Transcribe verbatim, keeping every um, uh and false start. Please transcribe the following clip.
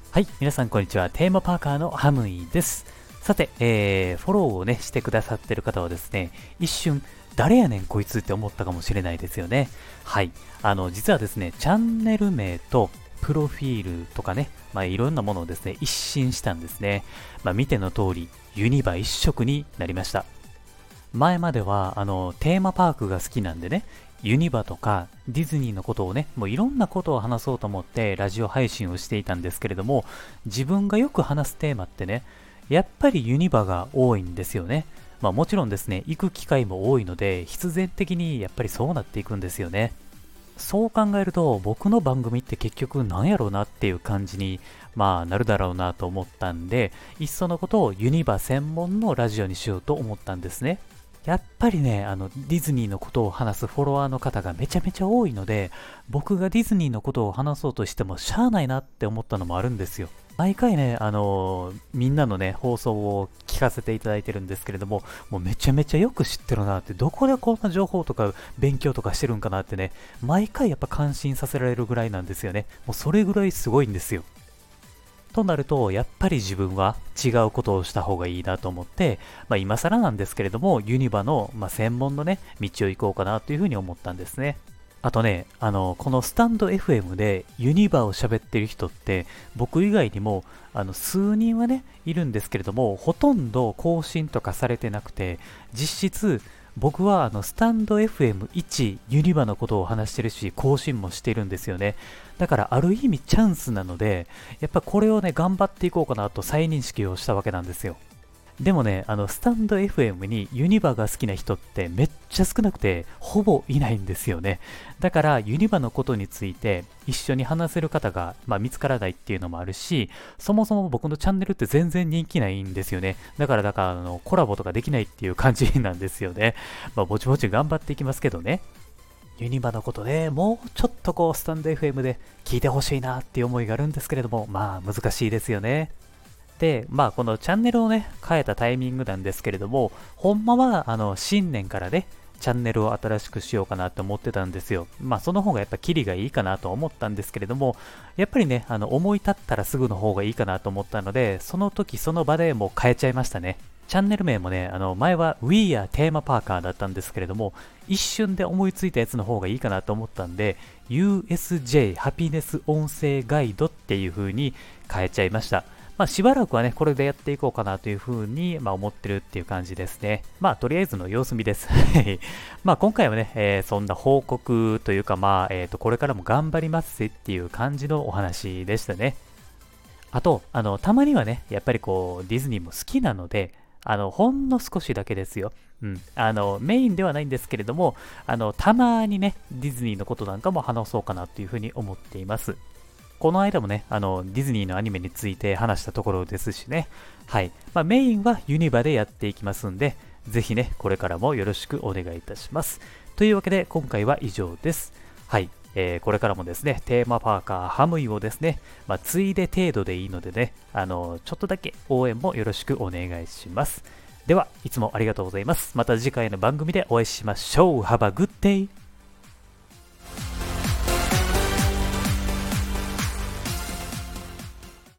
はい、皆さんこんにちは。テーマパーカーのハムイです。さて、えー、フォローをね、してくださってる方はですね、一瞬、誰やねんこいつって思ったかもしれないですよね。はい。あの、実はですね、チャンネル名と、プロフィールとかね、まあ、いろんなものをですね、一新したんですね。まあ、見ての通り、ユニバ一色になりました。前まではあのテーマパークが好きなんでね、ユニバとかディズニーのことをね、もういろんなことを話そうと思ってラジオ配信をしていたんですけれども、自分がよく話すテーマってね、やっぱりユニバが多いんですよね。まあもちろんですね、行く機会も多いので、必然的にやっぱりそうなっていくんですよね。そう考えると、僕の番組って結局なんやろうなっていう感じに、まあなるだろうなと思ったんで、いっそのことをユニバ専門のラジオにしようと思ったんですね。やっぱりね、あの、ディズニーのことを話すフォロワーの方がめちゃめちゃ多いので、僕がディズニーのことを話そうとしてもしゃあないなって思ったのもあるんですよ。毎回ね、あのーみんなのね、放送を聞かせていただいてるんですけれども、もうめちゃめちゃよく知ってるなって、どこでこんな情報とか勉強とかしてるんかなってね、毎回やっぱ感心させられるぐらいなんですよね。もうそれぐらいすごいんですよ。となると、やっぱり自分は違うことをした方がいいなと思って、まあ、今更なんですけれども、ユニバの、まあ、専門のね、道を行こうかなというふうに思ったんですね。あとね、あの、このスタンド エフエム でユニバを喋ってる人って、僕以外にも、あの、数人はね、いるんですけれども、ほとんど更新とかされてなくて、実質、僕はあのスタンド エフエムいち ユニバのことを話してるし、更新もしてるんですよね。だからある意味チャンスなので、やっぱこれをね、頑張っていこうかなと再認識をしたわけなんですよ。でもね、あの、スタンド エフエム にユニバが好きな人ってめっちゃ少なくて、ほぼいないんですよね。だから、ユニバのことについて一緒に話せる方が、まあ、見つからないっていうのもあるし、そもそも僕のチャンネルって全然人気ないんですよね。だから、だから、あの、コラボとかできないっていう感じなんですよね。まあ、ぼちぼち頑張っていきますけどね。ユニバのことでもうちょっとこう、スタンド エフエム で聞いてほしいなっていう思いがあるんですけれども、まあ、難しいですよね。で、まあ、このチャンネルをね、変えたタイミングなんですけれども、ほんまは、あの、新年からね、チャンネルを新しくしようかなと思ってたんですよ。まあ、その方がやっぱキリがいいかなと思ったんですけれども、やっぱりね、あの、思い立ったらすぐの方がいいかなと思ったので、その時その場でもう変えちゃいましたね。チャンネル名もね、あの、前は We Are テーマパーカーだったんですけれども、一瞬で思いついたやつの方がいいかなと思ったんで、ユーエスジェー ハピネス音声ガイドっていう風に変えちゃいました。まあ、しばらくはね、これでやっていこうかなというふうに、まあ、思ってるっていう感じですね。まあ、とりあえずの様子見です。まあ、今回はね、えーそんな報告というか、まあ、えっ、と、これからも頑張りますぜっていう感じのお話でしたね。あと、あの、たまにはね、やっぱりこう、ディズニーも好きなので、あの、ほんの少しだけですよ。うん。あの、メインではないんですけれども、あの、たまにね、ディズニーのことなんかも話そうかなというふうに思っています。この間もね、あの、ディズニーのアニメについて話したところですしね。はい。まあ、メインはユニバでやっていきますんで、ぜひね、これからもよろしくお願いいたします。というわけで、今回は以上です。はい。えーこれからもですね、テーマパーカーハムイをですね、まあ、ついで程度でいいのでね、あの、ちょっとだけ応援もよろしくお願いします。では、いつもありがとうございます。また次回の番組でお会いしましょう。Have a good day!